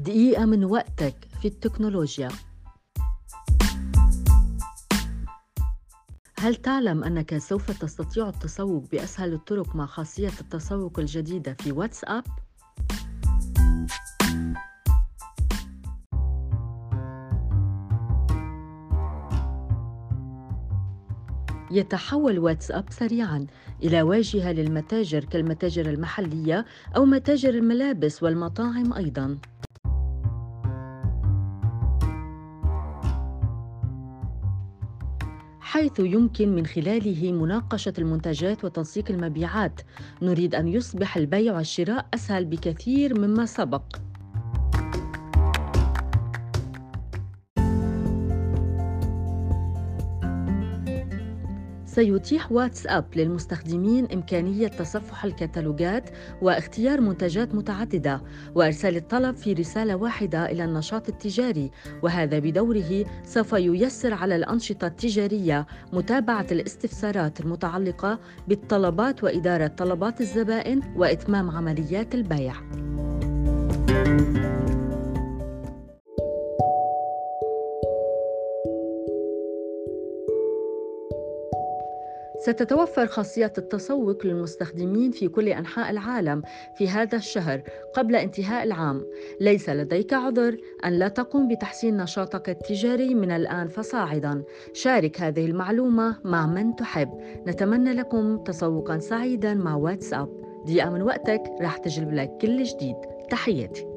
دقيقة من وقتك في التكنولوجيا. هل تعلم أنك سوف تستطيع التسوق بأسهل الطرق مع خاصية التسوق الجديدة في واتساب؟ يتحول واتساب سريعاً إلى واجهة للمتاجر كالمتاجر المحلية أو متاجر الملابس والمطاعم أيضاً، حيث يمكن من خلاله مناقشة المنتجات وتنسيق المبيعات. نريد أن يصبح البيع والشراء أسهل بكثير مما سبق. سيتيح واتساب للمستخدمين إمكانية تصفح الكتالوجات واختيار منتجات متعددة وإرسال الطلب في رسالة واحدة إلى النشاط التجاري، وهذا بدوره سوف ييسر على الأنشطة التجارية متابعة الاستفسارات المتعلقة بالطلبات وإدارة طلبات الزبائن وإتمام عمليات البيع. ستتوفر خاصية التسوق للمستخدمين في كل أنحاء العالم في هذا الشهر قبل انتهاء العام. ليس لديك عذر أن لا تقوم بتحسين نشاطك التجاري من الآن فصاعدا. شارك هذه المعلومة مع من تحب. نتمنى لكم تسوقا سعيدا مع واتساب. دقيقة من وقتك راح تجلب لك كل جديد. تحياتي.